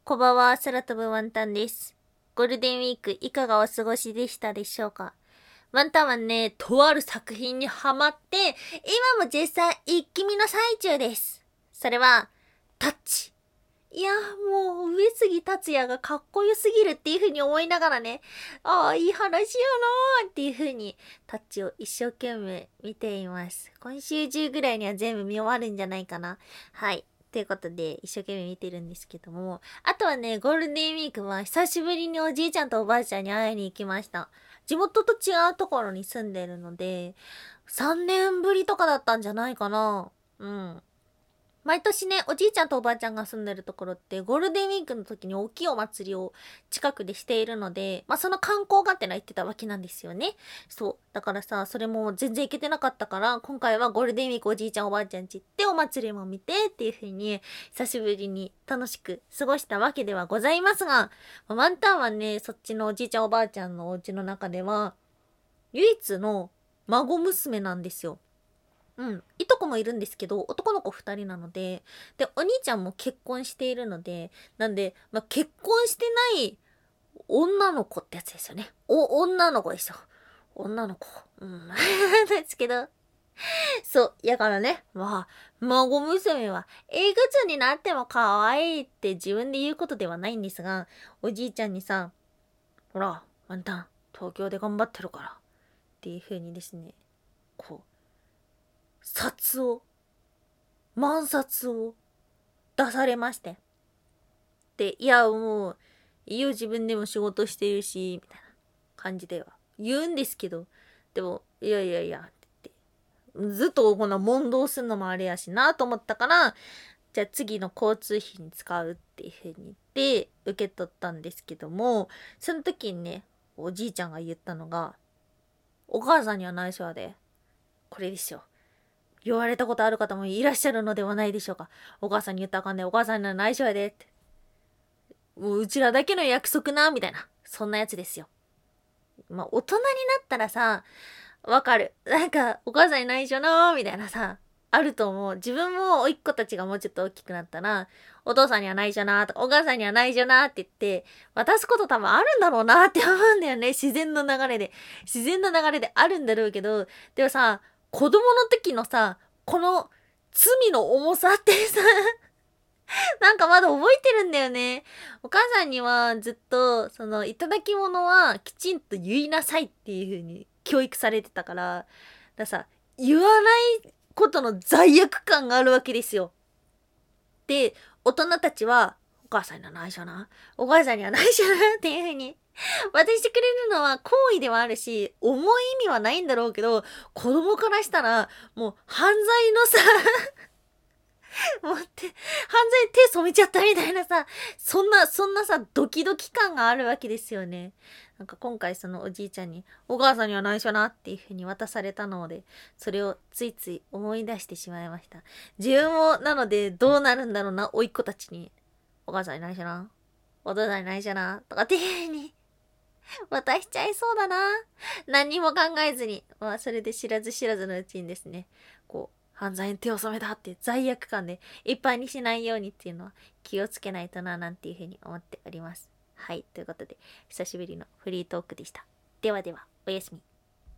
こんばんは、空飛ぶワンタンです。ゴールデンウィークいかがお過ごしでしたでしょうか？ワンタンはね、とある作品にハマって、今も実際一気見の最中です。それは、タッチ。いや、もう、上杉達也がかっこよすぎるっていう風に思いながらね、ああ、いい話よなーっていう風に、タッチを一生懸命見ています。今週中ぐらいには全部見終わるんじゃないかな。はい。ということで、一生懸命見てるんですけども、あとはね、ゴールデンウィークは久しぶりにおじいちゃんとおばあちゃんに会いに行きました。地元と違うところに住んでるので、3年ぶりとかだったんじゃないかな。うん。毎年ね、おじいちゃんとおばあちゃんが住んでるところって、ゴールデンウィークの時に大きいお祭りを近くでしているので、まあその観光がてら行ってたわけなんですよね。そう。だからさ、それも全然行けてなかったから、今回はゴールデンウィークおじいちゃんおばあちゃん家行ってお祭りも見てっていう風に、久しぶりに楽しく過ごしたわけではございますが、ワンタンはね、そっちのおじいちゃんおばあちゃんのお家の中では、唯一の孫娘なんですよ。うん。いとこもいるんですけど、男の子二人なので、で、お兄ちゃんも結婚しているので、なんで、まあ、結婚してない女の子ってやつですよね。女の子ですよ。女の子。うん。ですけど、そう。やからね、まあ、孫娘はいくつになっても可愛いって自分で言うことではないんですが、おじいちゃんにさ、ほら、ワンタン、東京で頑張ってるから、っていう風にですね、こう、万札を出されまして。で、いや、もう、いいよ、自分でも仕事してるし、みたいな感じでは言うんですけど、でも、いやいやいや、って言って、ずっとこんな問答するのもあれやしなと思ったから、じゃあ次の交通費に使うっていう風に言って受け取ったんですけども、その時にね、おじいちゃんが言ったのが、お母さんには内緒やで。これですよ。言われたことある方もいらっしゃるのではないでしょうか。お母さんに言ったらあかんね。お母さんには内緒やでって。もううちらだけの約束な、みたいな。そんなやつですよ。まあ、大人になったらさ、わかる。なんか、お母さんに内緒な、みたいなさ、あると思う。自分も甥っ子たちがもうちょっと大きくなったら、お父さんには内緒な、とか、お母さんには内緒な、って言って、渡すこと多分あるんだろうな、って思うんだよね。自然の流れで。自然の流れであるんだろうけど、でもさ、子供の時のさ、この罪の重さってさ、なんかまだ覚えてるんだよね。お母さんにはずっと、いただき物はきちんと言いなさいっていう風に教育されてたから、さ、言わないことの罪悪感があるわけですよ。で、大人たちは、お母さんには内緒な。お母さんには内緒なっていう風に渡してくれるのは好意ではあるし、重い意味はないんだろうけど、子供からしたら、もう犯罪のさもう犯罪手染めちゃったみたいなさ、そんなさ、ドキドキ感があるわけですよね。なんか今回そのおじいちゃんに、お母さんには内緒なっていう風に渡されたので、それをついつい思い出してしまいました。自分も、なのでどうなるんだろうな、甥っ子たちに、お母さんに内緒な、お父さんに内緒な、とかっていう風に渡しちゃいそうだな。何にも考えずに。まあ、それで知らず知らずのうちにですね、こう、犯罪に手を染めたって罪悪感でいっぱいにしないようにっていうのは気をつけないとな、なんていうふうに思っております。はい。ということで、久しぶりのフリートークでした。ではでは、おやすみ。